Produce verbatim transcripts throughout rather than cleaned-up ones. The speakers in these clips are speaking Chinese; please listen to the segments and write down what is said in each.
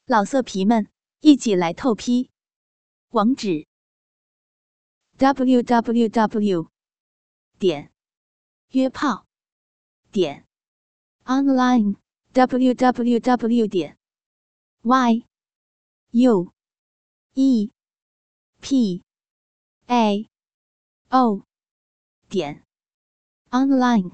老色皮们，一起来透批！网址 ：double u double u double u 点约炮点 online w w w 点 y u e p a o 点 online。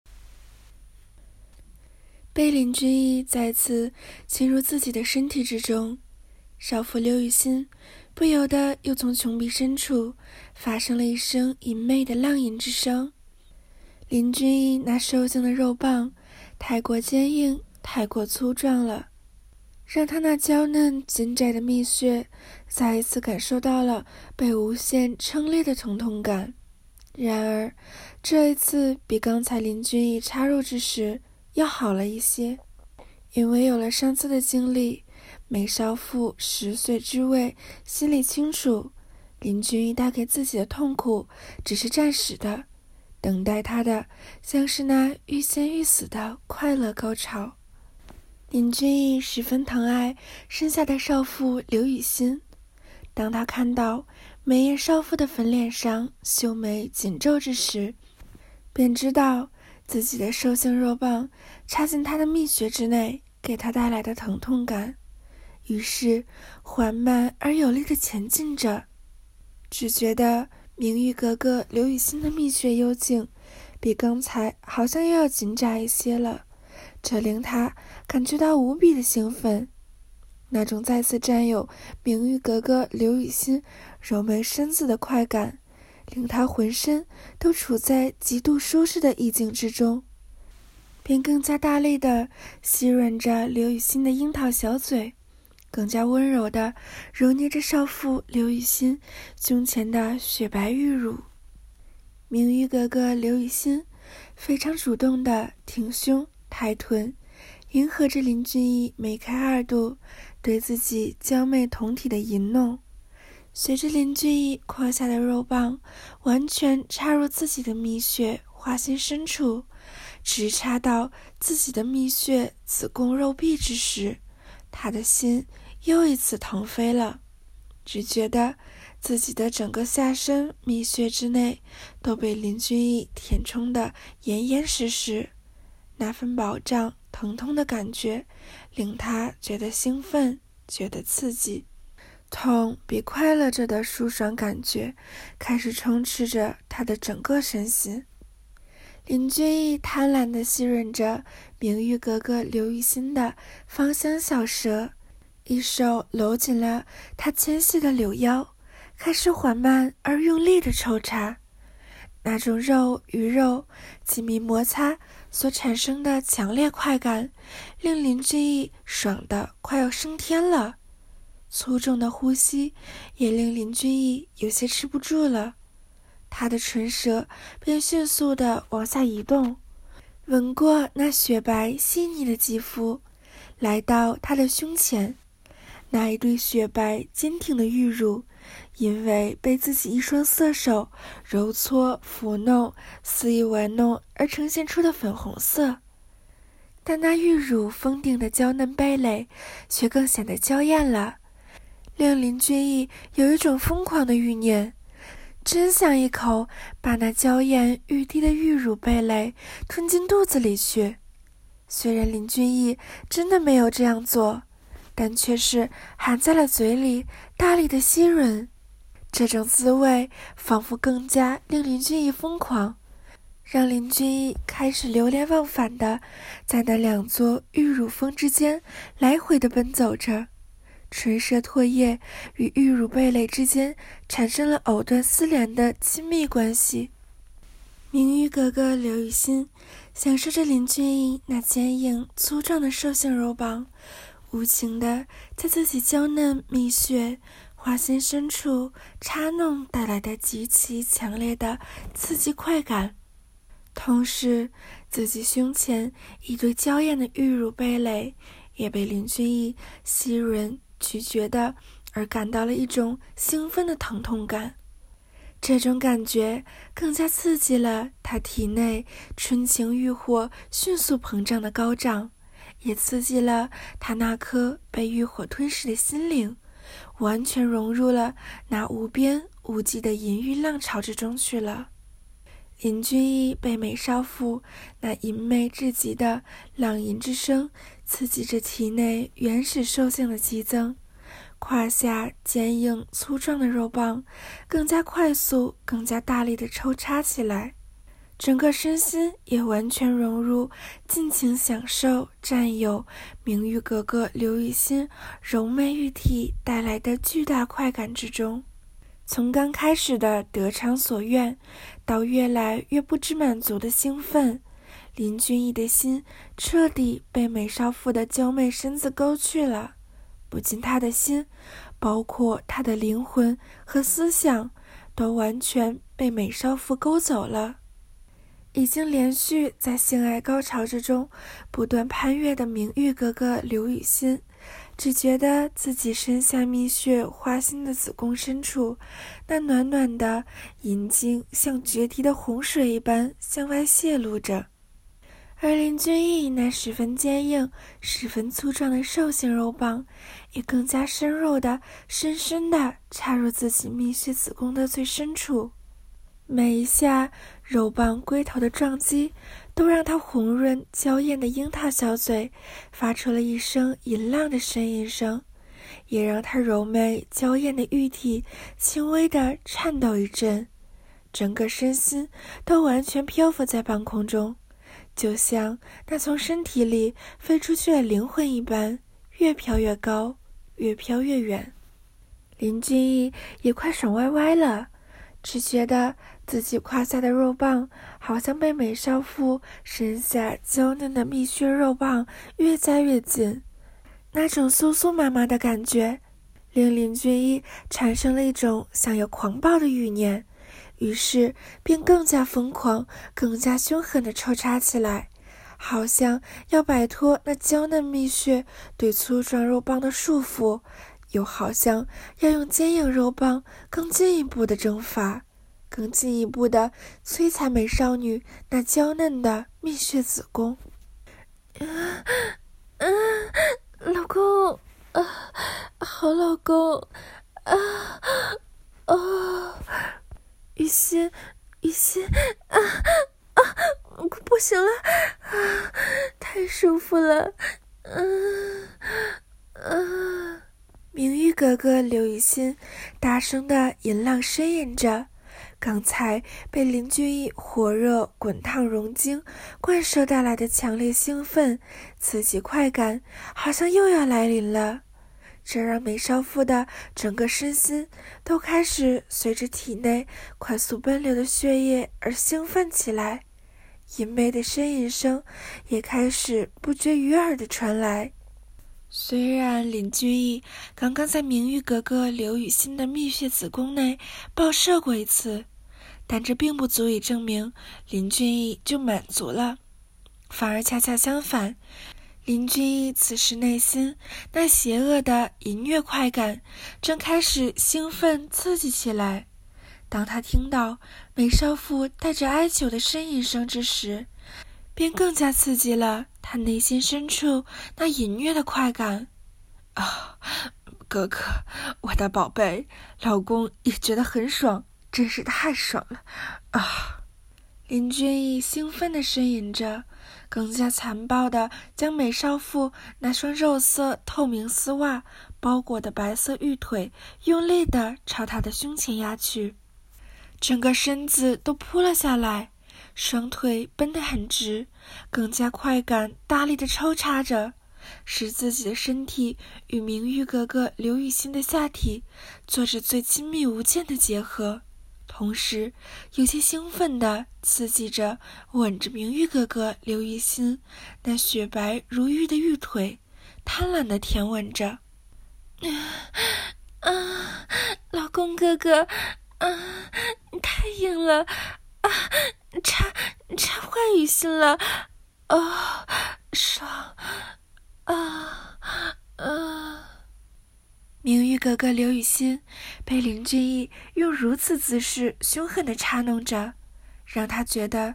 被林君毅再次侵入自己的身体之中，少妇刘雨欣不由得又从穷逼深处发生了一声淫媚的浪吟之声。林君毅那瘦性的肉棒太过坚硬，太过粗壮了，让他那娇嫩紧窄的蜜穴再一次感受到了被无限撑裂的疼痛感。然而这一次比刚才林君毅插入之时要好了一些，因为有了上次的经历，美少妇十岁之位心里清楚，林君毅带给自己的痛苦只是暂时的，等待他的像是那欲仙欲死的快乐高潮。林君毅十分疼爱身下的少妇刘雨欣，当他看到美艳少妇的粉脸上秀眉紧皱之时，便知道自己的瘦性肉棒插进他的蜜穴之内给他带来的疼痛感，于是缓慢而有力地前进着，只觉得明玉格格刘雨欣的蜜穴幽径比刚才好像又要紧窄一些了，这令他感觉到无比的兴奋。那种再次占有明玉格格刘雨欣柔美身子的快感，令他浑身都处在极度舒适的意境之中，便更加大力地吸吮着刘雨欣的樱桃小嘴，更加温柔地揉捏着少妇刘雨欣胸前的雪白玉乳。明玉格格刘雨欣非常主动地挺胸抬臀，迎合着林君毅眉开二度对自己娇媚酮体的淫弄。随着林君毅胯下的肉棒完全插入自己的蜜穴花心深处，直插到自己的蜜穴子宫肉壁之时，他的心又一次腾飞了，只觉得自己的整个下身蜜穴之内都被林君毅填充得严严实实，那份饱胀疼痛的感觉令他觉得兴奋，觉得刺激，痛比快乐着的舒爽感觉开始充斥着他的整个身心。林君毅贪婪地吸吮着明玉格格刘雨欣的芳香小舌，一手搂紧了她纤细的柳腰，开始缓慢而用力地抽插。那种肉与肉紧密摩擦所产生的强烈快感，令林君毅爽得快要升天了。粗重的呼吸也令林君毅有些吃不住了，他的唇舌便迅速地往下移动，吻过那雪白细腻的肌肤，来到他的胸前。那一对雪白坚挺的玉乳因为被自己一双色手揉搓抚弄肆意玩弄而呈现出的粉红色，但那玉乳丰顶的娇嫩蓓蕾却更显得娇艳了，令林君毅有一种疯狂的欲念，真想一口把那娇艳欲滴的玉乳蓓蕾吞进肚子里去。虽然林君毅真的没有这样做，但却是含在了嘴里大力的吸吮，这种滋味仿佛更加令林君毅疯狂，让林君毅开始流连忘返的在那两座玉乳峰之间来回的奔走着，唇舌唾液与玉乳蓓蕾之间产生了藕断丝连的亲密关系。明玉格格刘雨欣享受着林君毅那坚硬粗壮的瘦性肉棒无情地在自己娇嫩蜜穴花心深处插弄带来的极其强烈的刺激快感，同时自己胸前一对娇艳的玉乳蓓蕾也被林君毅吸吮咀嚼的而感到了一种兴奋的疼痛感。这种感觉更加刺激了他体内春情欲火迅速膨胀的高涨， 也刺激了他那颗被欲火吞噬的心灵，完全融入了那无边无际的淫欲浪潮之中去了。林君逸被美少妇那淫媚至极的浪吟之声刺激着体内原始兽性的激增，胯下坚硬粗壮的肉棒更加快速更加大力地抽插起来，整个身心也完全融入尽情享受占有明玉格格刘雨欣柔媚玉体带来的巨大快感之中。从刚开始的得偿所愿，到越来越不知满足的兴奋，林君逸的心彻底被美少妇的娇媚身子勾去了，不仅他的心，包括他的灵魂和思想，都完全被美少妇勾走了。已经连续在性爱高潮之中不断攀越的明玉格格刘雨欣，只觉得自己身下蜜穴花心的子宫深处，那暖暖的阴茎像决堤的洪水一般向外泄露着，而林君逸那十分坚硬十分粗壮的兽性肉棒也更加深入的深深的插入自己蜜穴子宫的最深处，每一下肉棒龟头的撞击都让他红润娇艳的樱桃小嘴发出了一声淫浪的呻吟声，也让他柔媚娇艳的玉体轻微的颤抖一阵，整个身心都完全漂浮在半空中，就像那从身体里飞出去的灵魂一般，越飘越高，越飘越远。林君逸也快爽歪歪了，只觉得自己胯下的肉棒好像被美少妇身下娇嫩的蜜穴肉棒越加越紧，那种酥酥麻麻的感觉令林君逸产生了一种想要狂暴的欲念，于是便更加疯狂更加凶狠地抽插起来，好像要摆脱那娇嫩蜜穴对粗壮肉棒的束缚，又好像要用坚硬肉棒更进一步的征伐，更进一步的摧残美少女那娇嫩的蜜穴子宫。嗯、嗯、老公啊，好老公啊，哦，雨欣雨欣啊啊，不行了啊，太舒服了，嗯嗯。明玉格格刘雨欣大声的淫浪呻吟着，刚才被林君逸火热滚烫熔精灌射带来的强烈兴奋刺激快感好像又要来临了，这让美少妇的整个身心都开始随着体内快速奔流的血液而兴奋起来，淫媚的呻吟声也开始不绝于耳地传来。虽然林君逸刚刚在明玉格格刘雨欣的蜜穴子宫内爆射过一次，但这并不足以证明林君逸就满足了，反而恰恰相反，林君逸此时内心那邪恶的淫虐快感正开始兴奋刺激起来。当他听到美少妇带着哀求的呻吟声之时，便更加刺激了他内心深处那隐约的快感。啊，哥哥，我的宝贝，老公也觉得很爽，真是太爽了啊！林君逸兴奋地呻吟着，更加残暴地将美少妇那双肉色透明丝袜包裹的白色玉腿用力地朝他的胸前压去，整个身子都扑了下来，双腿绷得很直，更加快感大力地抽插着，使自己的身体与明玉格格刘雨欣的下体做着最亲密无间的结合，同时有些兴奋地刺激着吻着明玉格格刘雨欣那雪白如玉的玉腿，贪婪地舔吻着。啊，老公哥哥啊，你太硬了啊，插插坏雨欣了，哦，爽啊啊！明玉格格刘雨欣被林君逸用如此姿势凶狠地插弄着，让他觉得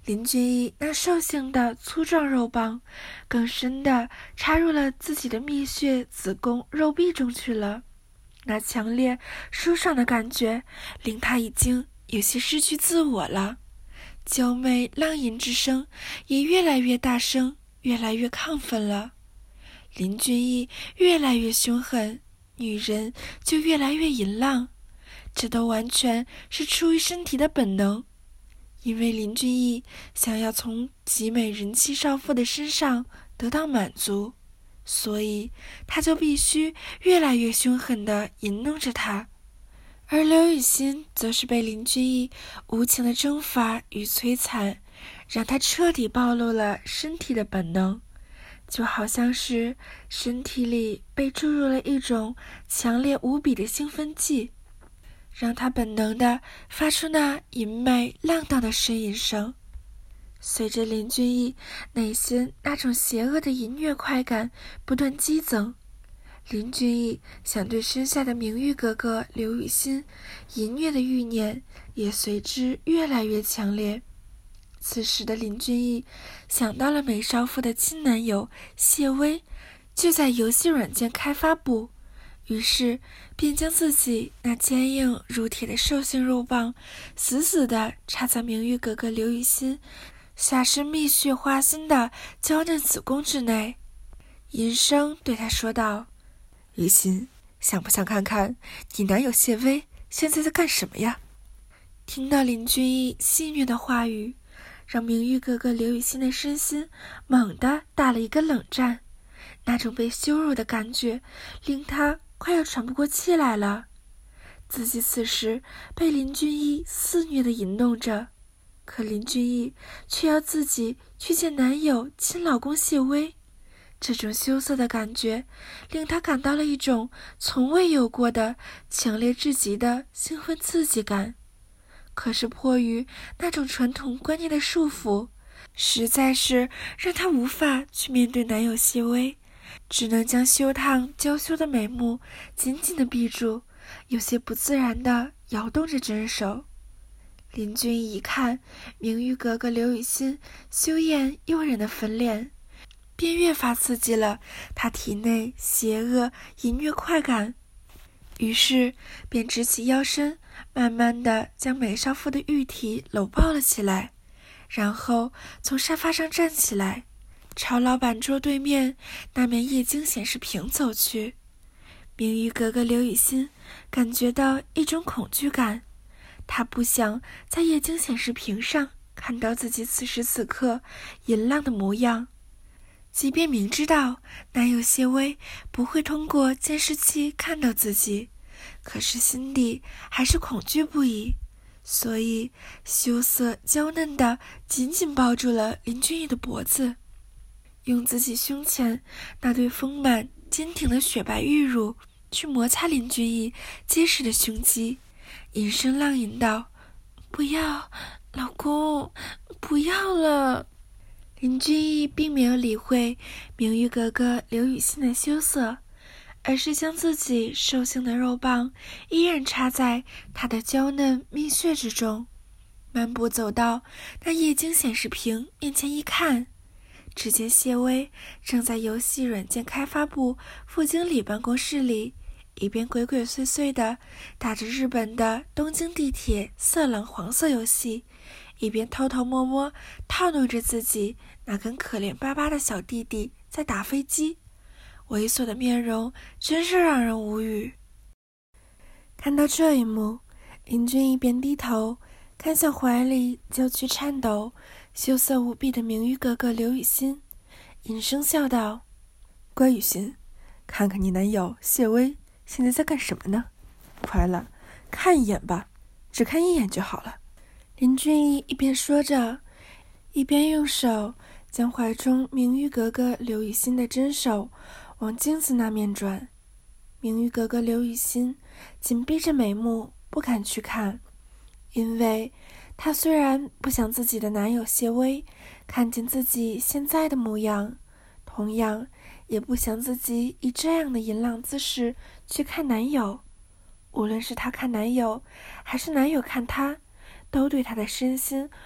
林俊逸那兽性的粗壮肉棒更深地插入了自己的蜜穴、子宫、肉壁中去了。那强烈舒爽的感觉令他已经有些失去自我了，娇媚浪吟之声也越来越大声，越来越亢奋了。林俊逸越来越凶狠，女人就越来越淫浪，这都完全是出于身体的本能。因为林俊逸想要从极美人妻少妇的身上得到满足，所以他就必须越来越凶狠地淫弄着她。而刘雨欣则是被林俊逸无情的征伐与摧残，让他彻底暴露了身体的本能，就好像是身体里被注入了一种强烈无比的兴奋剂，让他本能地发出那淫媚浪荡的呻吟声。随着林俊逸内心那种邪恶的淫虐快感不断激增，林俊逸想对身下的名誉格格刘雨欣淫虐的欲念也随之越来越强烈。此时的林俊逸想到了美少妇的亲男友谢薇就在游戏软件开发部，于是便将自己那坚硬如铁的兽性肉棒死死地插在名誉格格刘雨欣下身蜜穴花心的娇嫩子宫之内，吟声对他说道：雨欣，想不想看看你男友谢薇现在在干什么呀？听到林俊逸戏谑的话语，让名誉格格刘雨欣的身心猛地打了一个冷战，那种被羞辱的感觉令她快要喘不过气来了。自己此时被林俊逸肆虐地淫弄着，可林俊逸却要自己去见男友亲老公谢薇，这种羞涩的感觉令她感到了一种从未有过的强烈至极的兴奋刺激感。可是迫于那种传统观念的束缚，实在是让她无法去面对男友谢薇，只能将羞烫娇羞的美目紧紧地闭住，有些不自然地摇动着针手。林俊逸一看名誉格格刘雨欣羞艳诱人的粉脸，便越发刺激了他体内邪恶淫虐快感，于是便直起腰身，慢慢地将美少妇的玉体搂抱了起来，然后从沙发上站起来，朝老板桌对面那面液晶显示屏走去。名誉格格刘雨欣感觉到一种恐惧感，她不想在液晶显示屏上看到自己此时此刻淫浪的模样，即便明知道男友谢薇不会通过监视器看到自己，可是心底还是恐惧不已，所以羞涩娇嫩地紧紧抱住了林俊逸的脖子，用自己胸前那对丰满坚挺的雪白玉乳去摩擦林俊逸结实的胸肌，吟声浪吟道：不要，老公，不要了。林俊逸并没有理会名誉格格刘雨欣的羞涩，而是将自己兽性的肉棒依然插在她的娇嫩蜜穴之中，漫步走到那液晶显示屏面前一看，只见谢薇正在游戏软件开发部副经理办公室里，一边鬼鬼祟祟地打着日本的东京地铁色狼黄色游戏，一边偷偷摸摸套弄着自己那跟可怜巴巴的小弟弟在打飞机，猥琐的面容真是让人无语。看到这一幕，林俊逸便低头看向怀里娇躯颤抖、羞涩无比的名誉格格刘雨欣，隐声笑道：乖雨欣，看看你男友谢薇现在在干什么呢？快了，看一眼吧，只看一眼就好了。林俊逸一边说着，一边用手将怀中名誉格格刘雨欣的针手往镜子那面转。名誉格格刘雨欣紧闭着眉目，不敢去看，因为她虽然不想自己的男友谢薇看见自己现在的模样，同样也不想自己以这样的淫浪姿势去看男友。无论是她看男友，还是男友看她，都对她的身心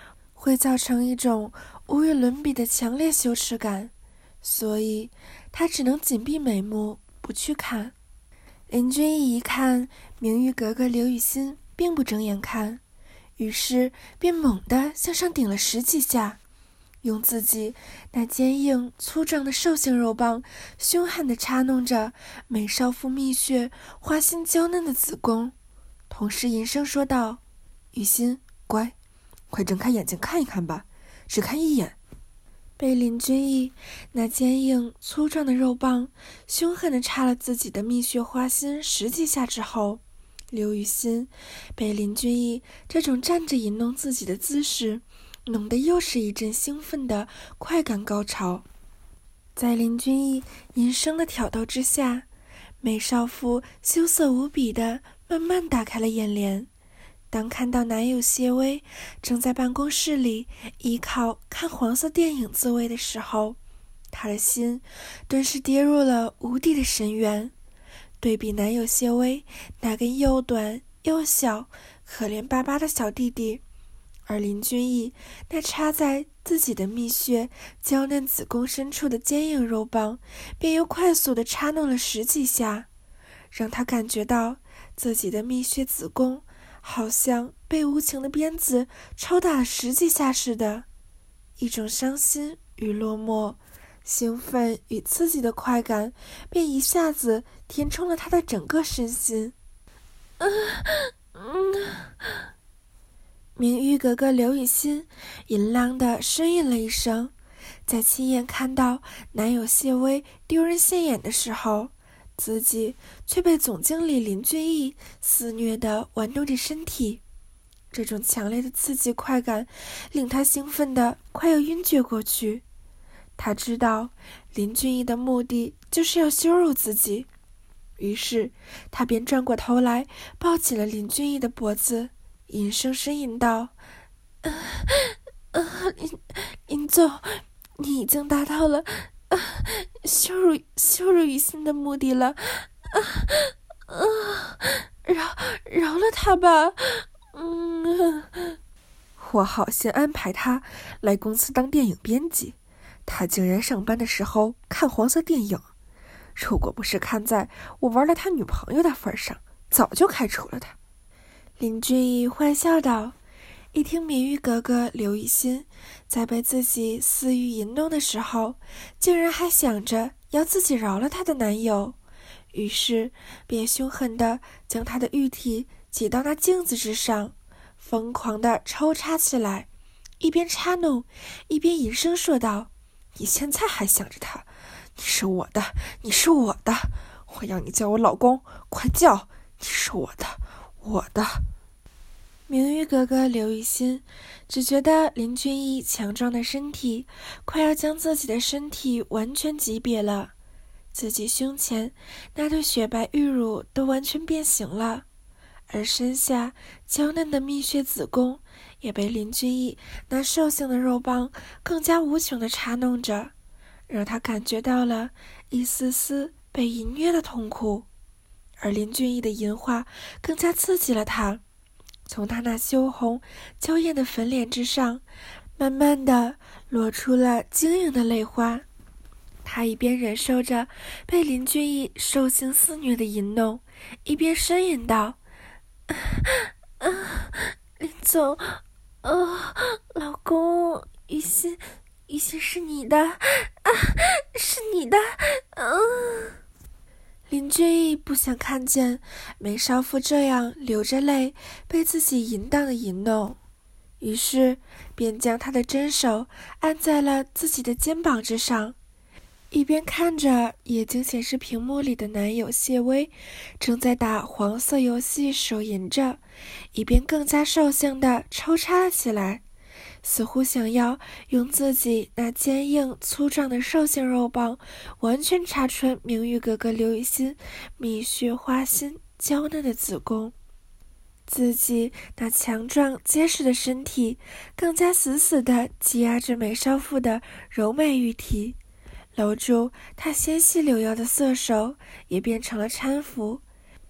会造成一种无与伦比的强烈羞耻感，所以他只能紧闭眉目，不去看。林君逸一看明玉格格刘雨欣并不睁眼看，于是便猛地向上顶了十几下，用自己那坚硬粗壮的兽性肉棒凶悍地插弄着美少妇蜜血花心娇嫩的子宫，同时吟声说道：雨欣，乖，快睁开眼睛看一看吧，只看一眼。被林君逸那坚硬粗壮的肉棒凶狠地插了自己的蜜血花心十几下之后，刘雨欣被林君逸这种站着淫弄自己的姿势弄得又是一阵兴奋的快感高潮。在林君逸淫声的挑逗之下，美少妇羞涩无比的慢慢打开了眼帘。当看到男友谢薇正在办公室里依靠看黄色电影自慰的时候，她的心顿时跌入了无底的深渊。对比男友谢薇那根又短又小可怜巴巴的小弟弟，而林君逸那插在自己的蜜穴娇嫩子宫深处的坚硬肉棒便又快速地插弄了十几下，让他感觉到自己的蜜穴子宫好像被无情的鞭子抽打了十几下似的，一种伤心与落寞，兴奋与刺激的快感便一下子填充了他的整个身心。嗯嗯，明玉格格刘雨欣淫浪地呻吟了一声，在亲眼看到男友谢薇丢人现眼的时候，自己却被总经理林君逸肆虐地玩弄着身体。这种强烈的刺激快感令他兴奋得快要晕厥过去。他知道林君逸的目的就是要羞辱自己，于是他便转过头来抱紧了林君逸的脖子，吟声呻吟道：呃呃、林林总，你已经达到了呃、羞辱羞辱雨欣的目的了，呃呃、饶饶了他吧。嗯，我好先安排他来公司当电影编辑，他竟然上班的时候看黄色电影，如果不是看在我玩了他女朋友的份上，早就开除了他。林君逸坏笑道。一听明玉格格刘雨欣在被自己私欲淫弄的时候，竟然还想着要自己饶了她的男友，于是便凶狠地将她的玉体挤到那镜子之上，疯狂地抽插起来，一边插弄一边吟声说道：你现在还想着他？你是我的，你是我的，我要你叫我老公，快叫，你是我的，我的。明玉格格刘雨欣只觉得林君逸强壮的身体快要将自己的身体完全挤瘪了，自己胸前那对雪白玉乳都完全变形了，而身下娇嫩的蜜穴子宫也被林君逸那兽性的肉棒更加无穷地插弄着，让他感觉到了一丝丝被淫虐的痛苦。而林君逸的淫话更加刺激了他，从他那羞红娇艳的粉脸之上慢慢地落出了晶莹的泪花。他一边忍受着被林君逸兽性肆虐的淫弄，一边呻吟道：啊啊，林总，哦，老公，雨欣，雨欣是你的，啊，是你的，嗯、啊。林君逸不想看见美少妇这样流着泪被自己淫荡的淫弄，于是便将她的真手按在了自己的肩膀之上，一边看着液晶显示屏幕里的男友谢薇正在打黄色游戏手淫着，一边更加兽性地抽插了起来，似乎想要用自己那坚硬粗壮的兽性肉棒完全插穿明玉格格刘雨欣蜜穴花心娇嫩的子宫。自己那强壮结实的身体更加死死地挤压着美少妇的柔美玉体，搂住她纤细柳腰的色手也变成了搀扶。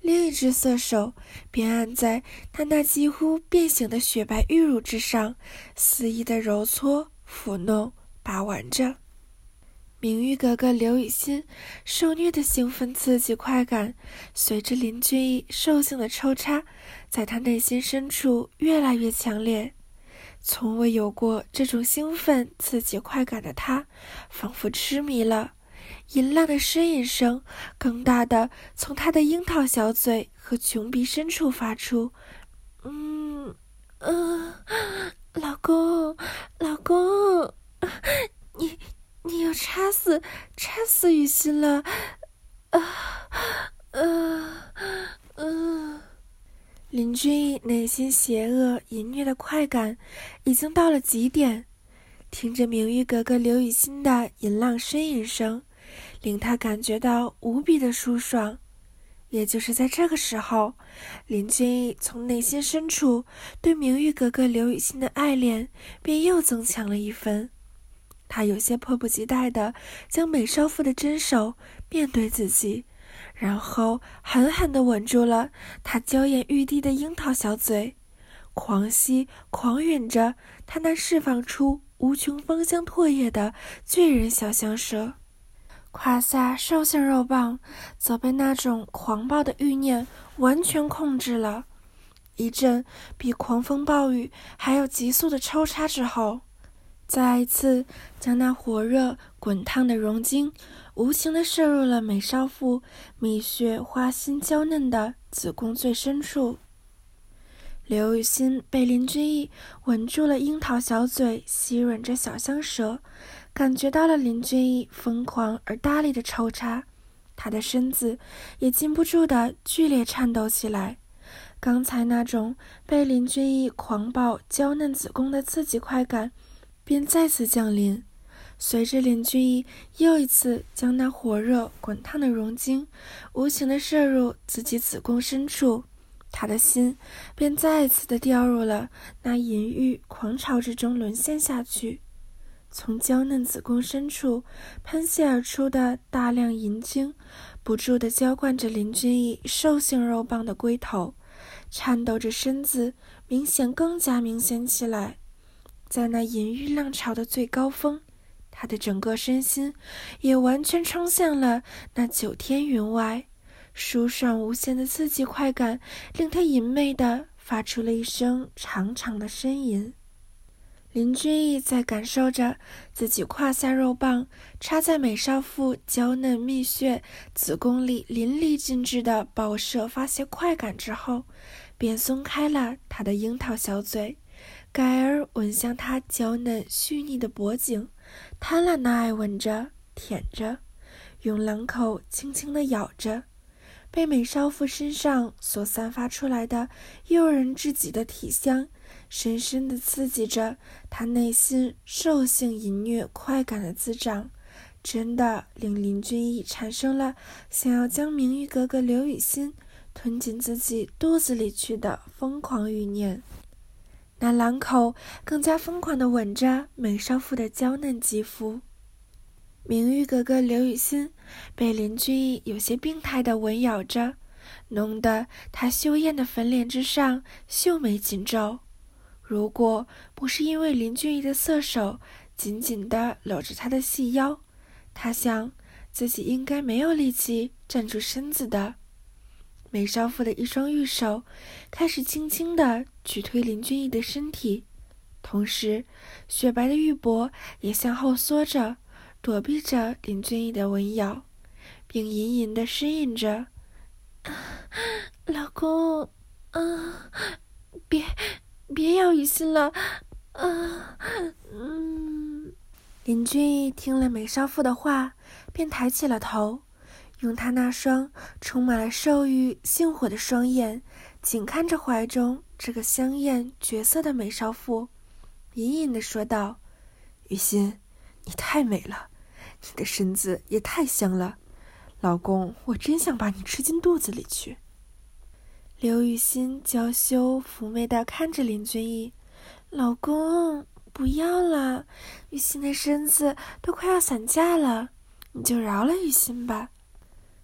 另一只色手便按在他那几乎变形的雪白玉乳之上，肆意地揉搓、抚弄、把玩着。明玉格格刘雨欣受虐的兴奋、刺激、快感，随着林俊逸兽性的抽插，在他内心深处越来越强烈。从未有过这种兴奋、刺激、快感的他，仿佛痴迷了。淫浪的呻吟声更大的从他的樱桃小嘴和穷鼻深处发出。嗯嗯、呃，老公，老公，你你又插死插死雨欣了，啊啊啊！林俊逸内心邪恶淫虐的快感已经到了极点，听着明玉格格刘雨欣的淫浪呻吟声，令他感觉到无比的舒爽。也就是在这个时候，林俊逸从内心深处对明玉格格刘雨欣的爱恋便又增强了一分。他有些迫不及待地将美少妇的真手面对自己，然后狠狠地吻住了她娇艳欲滴的樱桃小嘴，狂吸狂吮着她那释放出无穷芳香唾液的醉人小香舌。胯下兽性肉棒则被那种狂暴的欲念完全控制了。一阵比狂风暴雨还要急速的抽插之后，再一次将那火热滚烫的溶精无情地射入了美少妇蜜血花心娇嫩的子宫最深处。刘雨欣被林俊逸吻住了樱桃小嘴，吸吮着小香舌，感觉到了林俊逸疯狂而大力的抽插，她的身子也禁不住的剧烈颤抖起来。刚才那种被林俊逸狂暴娇嫩子宫的刺激快感便再次降临，随着林俊逸又一次将那火热滚烫的溶精无情地射入自己子宫深处，他的心便再一次地掉入了那淫欲狂潮之中沦陷下去。从娇嫩子宫深处喷泄而出的大量淫精不住地浇灌着林俊逸兽性肉棒的龟头，颤抖着身子明显更加明显起来。在那淫欲浪潮的最高峰，他的整个身心也完全冲向了那九天云外，舒爽无限的刺激快感令他淫媚地发出了一声长长的呻吟。林俊逸在感受着自己胯下肉棒插在美少妇娇嫩蜜穴子宫里淋漓尽致的爆射发泄快感之后，便松开了他的樱桃小嘴，改而吻向她娇嫩细腻的脖颈，贪婪地爱吻着舔着，用狼口轻轻地咬着。被美少妇身上所散发出来的诱人至极的体香，深深地刺激着她内心兽性淫虐快感的滋长，真的令林俊逸产生了想要将明玉格格刘雨欣吞进自己肚子里去的疯狂欲念。那狼口更加疯狂地吻着美少妇的娇嫩肌肤。明玉格格刘雨欣被林俊逸有些病态地吻咬着，弄得她羞艳的粉脸之上秀眉紧皱。如果不是因为林俊逸的色手紧紧地搂着她的细腰，她想自己应该没有力气站住身子的。美少妇的一双玉手开始轻轻地去推林俊逸的身体，同时雪白的玉脖也向后缩着，躲避着林俊逸的吻咬，并隐隐地呻吟着：“啊、老公，啊，别别咬雨欣了，啊，嗯。”林俊逸听了美少妇的话，便抬起了头，用他那双充满了兽欲性火的双眼紧看着怀中这个香艳绝色的美少妇，隐隐地说道：“雨欣，你太美了，你的身子也太香了，老公，我真想把你吃进肚子里去。”刘雨欣娇羞妩媚地看着林俊逸：“老公，不要了，雨欣的身子都快要散架了，你就饶了雨欣吧。”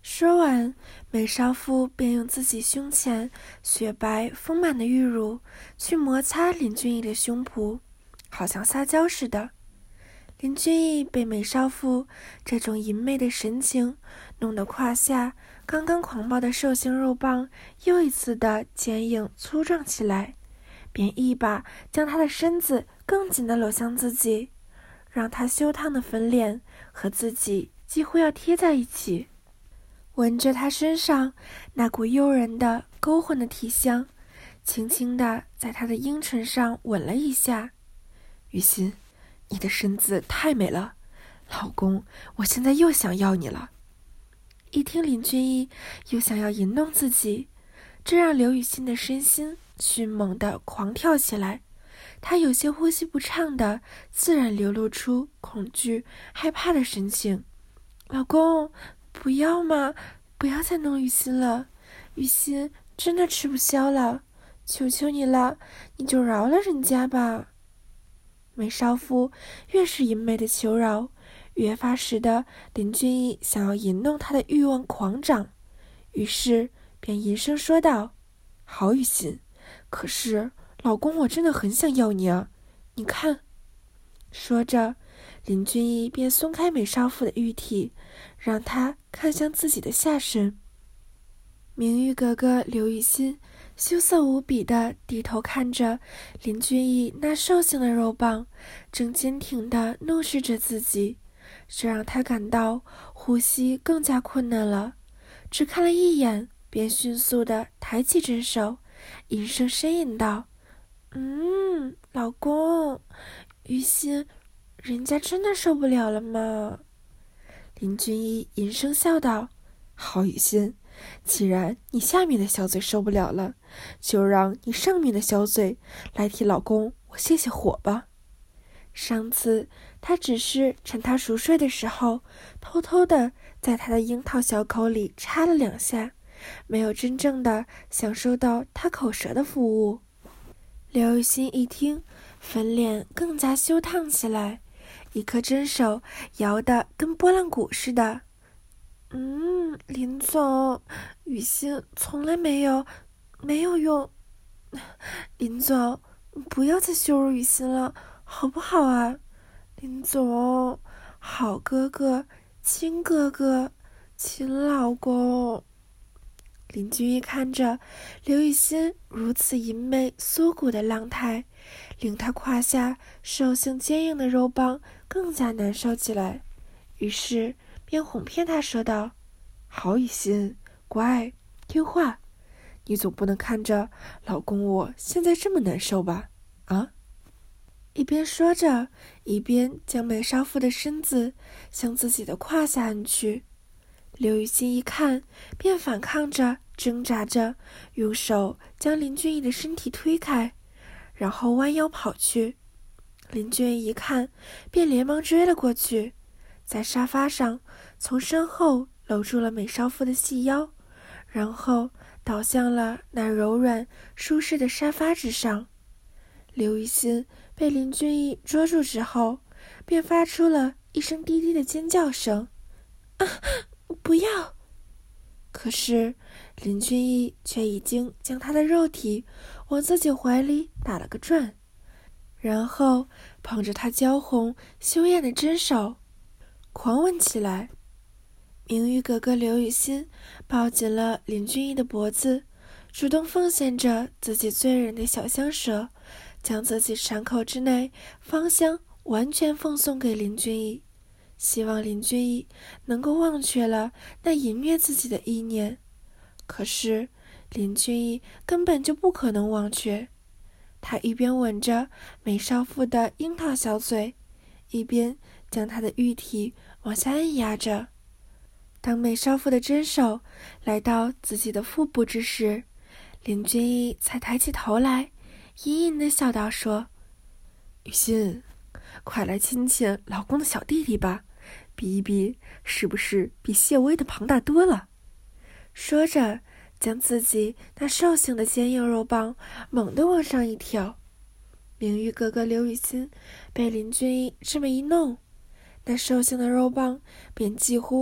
说完，美少妇便用自己胸前雪白丰满的玉乳去摩擦林俊逸的胸脯，好像撒娇似的。林俊逸被美少妇这种淫媚的神情弄得胯下刚刚狂暴的兽性肉棒又一次的坚硬粗壮起来，便一把将他的身子更紧地搂向自己，让他羞烫的粉脸和自己几乎要贴在一起。闻着他身上那股诱人的勾魂的体香，轻轻地在他的阴唇上吻了一下。雨欣，你的身子太美了，老公，我现在又想要你了。一听林俊逸又想要淫弄自己，这让刘雨欣的身心迅猛地狂跳起来，她有些呼吸不畅的自然流露出恐惧害怕的神情。老公，不要嘛，不要再弄雨欣了，雨欣真的吃不消了，求求你了，你就饶了人家吧。美少妇越是淫媚的求饶，越发使得林俊逸想要淫弄她的欲望狂涨，于是便吟声说道：好雨欣，可是老公我真的很想要你啊，你看。说着，林俊逸便松开美少妇的玉体，让她看向自己的下身。明玉格格刘雨欣羞涩无比地低头看着林俊逸那兽性的肉棒正坚挺地怒视着自己，这让她感到呼吸更加困难了，只看了一眼便迅速地抬起真手，吟声呻吟道：嗯，老公，雨欣，人家真的受不了了吗？林俊逸吟声笑道：好雨欣，既然你下面的小嘴受不了了，就让你上面的小嘴来替老公我泄泄火吧。上次他只是趁他熟睡的时候偷偷的在他的樱桃小口里插了两下，没有真正的享受到他口舌的服务。刘雨欣一听，粉脸更加羞烫起来，一颗真手摇得跟拨浪鼓似的。嗯，林总，雨欣从来没有没有用。林总，不要再羞辱雨欣了，好不好啊？林总，好哥哥，亲哥哥，亲老公。林俊逸看着刘雨欣如此淫媚酥骨的浪态，令他胯下兽性坚硬的肉棒更加难受起来，于是便哄骗他说道：好雨欣，乖，听话，你总不能看着老公我现在这么难受吧？啊？一边说着，一边将美少妇的身子向自己的胯下按去。刘雨欣一看，便反抗着，挣扎着，用手将林俊逸的身体推开，然后弯腰跑去。林俊逸一看，便连忙追了过去，在沙发上从身后搂住了美少妇的细腰，然后倒向了那柔软舒适的沙发之上。刘雨欣被林俊逸捉住之后，便发出了一声低低的尖叫声：啊，不要！可是林俊逸却已经将他的肉体往自己怀里打了个转，然后捧着他娇红羞艳的真手狂吻起来。明玉格格刘雨欣抱紧了林俊逸的脖子，主动奉献着自己醉人的小香舌，将自己伤口之内芳香完全奉送给林俊逸，希望林俊逸能够忘却了那淫虐自己的意念。可是林俊逸根本就不可能忘却，他一边吻着美少妇的樱桃小嘴，一边将她的玉体往下按压着。当美少妇的真手来到自己的腹部之时，林俊逸才抬起头来，隐隐地笑道说：雨欣，快来亲亲老公的小弟弟吧，比一比是不是比谢薇的庞大多了。说着，将自己那兽性的坚硬肉棒猛地往上一挑。明玉格格刘雨欣被林俊逸这么一弄，那兽性的肉棒便几乎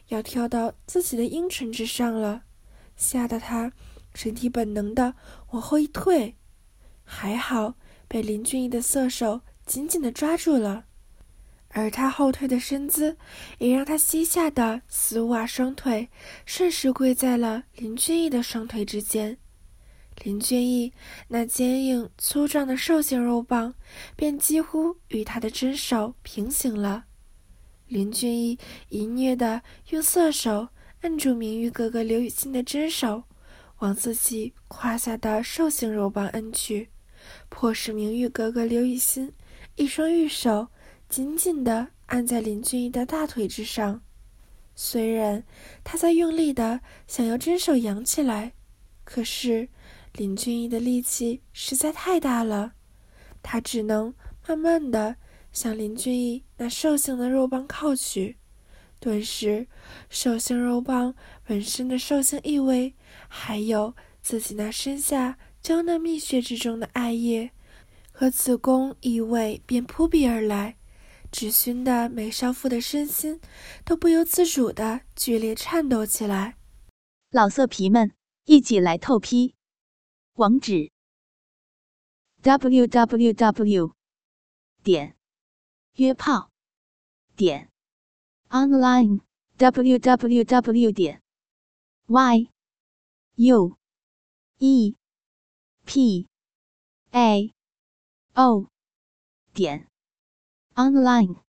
要跳到自己的阴唇之上了，吓得他身体本能地往后一退。还好被林俊逸的色手紧紧地抓住了，而他后退的身姿也让他膝下的丝袜双腿顺势跪在了林俊逸的双腿之间。林俊逸那坚硬粗壮的兽性肉棒便几乎与他的真手平行了。林俊逸淫虐地用色手按住明玉哥哥刘雨欣的真手，往自己胯下的兽性肉棒摁去，迫使明玉哥哥刘雨欣一双玉手紧紧地按在林俊逸的大腿之上。虽然他在用力地想要真手扬起来，可是林俊逸的力气实在太大了，他只能慢慢地向林俊逸那兽性的肉棒靠去。顿时，兽性肉棒本身的兽性意味，还有自己那身下娇嫩蜜穴之中的艾叶和子宫异味便扑鼻而来，只熏得美少妇的身心都不由自主地剧烈颤抖起来。 老色皮们，一起来透批！网址 ：double u double u double u 点约炮点 online w w w 点 y u e p a o 点 online。